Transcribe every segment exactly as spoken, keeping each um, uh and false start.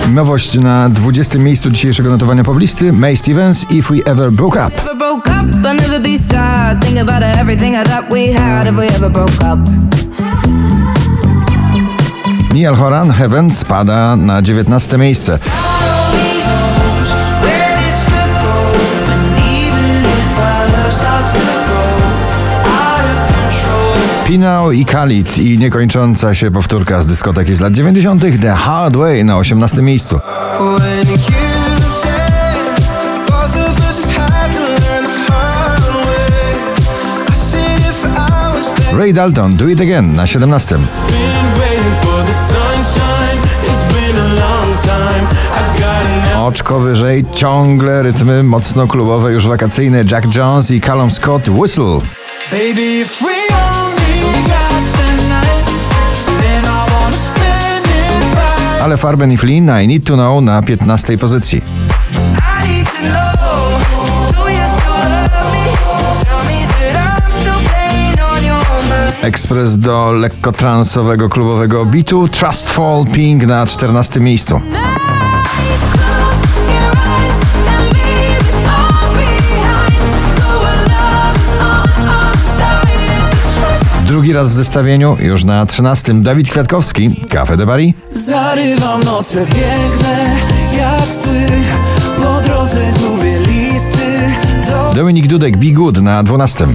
Nowość na dwudziestym miejscu dzisiejszego notowania poblisty. Mae Stevens, If We Ever Broke Up. Niall Horan, Heaven spada na dziewiętnaste miejsce. Pinał i Khalid i niekończąca się powtórka z dyskoteki z lat dziewięćdziesiątych. The Hard Way na osiemnastym miejscu. Ray Dalton, Do It Again na siedemnastym. Oczko wyżej, ciągle rytmy mocno klubowe, już wakacyjne. Jack Jones i Callum Scott, Whistle. Ale Farben i Flynn, I Need to Know na piętnastej pozycji. Ekspres do lekko transowego klubowego bitu. Trust Fall Pink na czternastym miejscu. Drugi raz w zestawieniu, już na trzynastym. Dawid Kwiatkowski, Café de Paris. Zarywam noce piękne, jak sły, po drodze gubię listy. Do... Dominik Dudek, Be Good na dwunastym.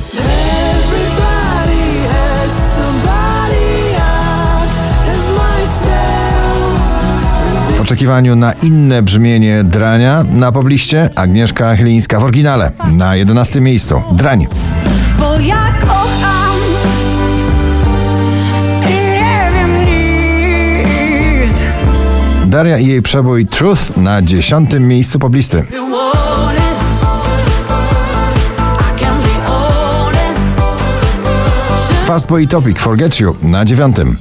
W oczekiwaniu na inne brzmienie Drania na pobliście Agnieszka Chylińska w oryginale na jedenastym miejscu. Drań. Bo ja kocham. Daria i jej przebój Truth na dziesiątym miejscu poblisty. Fastboy i Topic, Forget You na dziewiątym.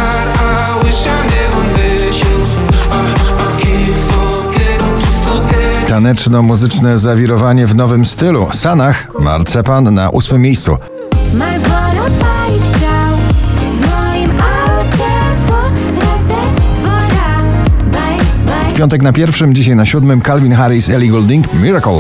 Taneczno-muzyczne zawirowanie w nowym stylu. Sanach, Marcepan na ósmym miejscu. W piątek na pierwszym, dzisiaj na siódmym. Calvin Harris, Ellie Goulding, Miracle.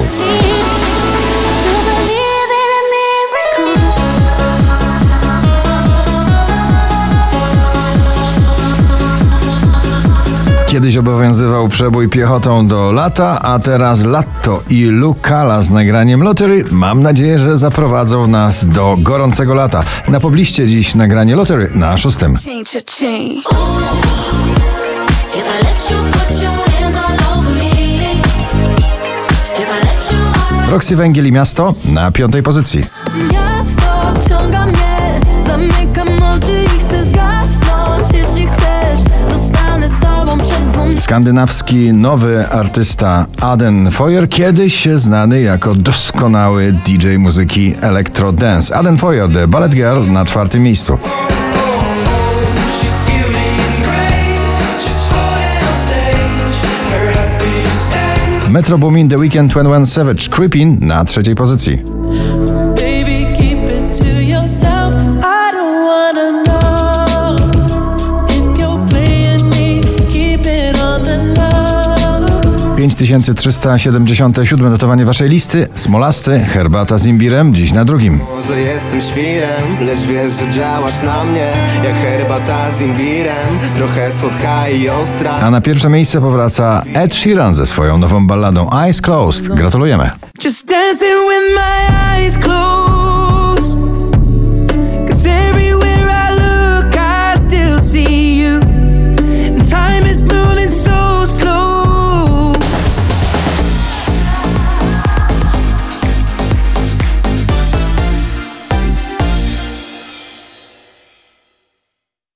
Kiedyś obowiązywał przebój Piechotą do lata, a teraz Latto i Lukala z nagraniem Lottery. Mam nadzieję, że zaprowadzą nas do gorącego lata. Na pobliście dziś nagranie Lottery na szóstym. Roxy Węgiel i Miasto na piątej pozycji. Miasto wciąga mnie, zamykam oczy i chcę zgasnąć. Jeśli chcesz, zostanę z tobą przed dwoma. Skandynawski nowy artysta Aden Foyer, kiedyś znany jako doskonały D J muzyki Electro Dance. Aden Foyer, The Ballet Girl na czwartym miejscu. Metro Boomin, The Weeknd, Twenty One Savage, Creepin' na trzeciej pozycji. pięć tysięcy trzysta siedemdziesiąte siódme notowanie waszej listy. Smolasty, Herbata z imbirem, dziś na drugim. Może jestem świrem, lecz wiesz, że działasz na mnie jak herbata z imbirem, trochę słodka i ostra. A na pierwsze miejsce powraca Ed Sheeran ze swoją nową balladą Eyes Closed. Gratulujemy. Just dancing with my eyes closed.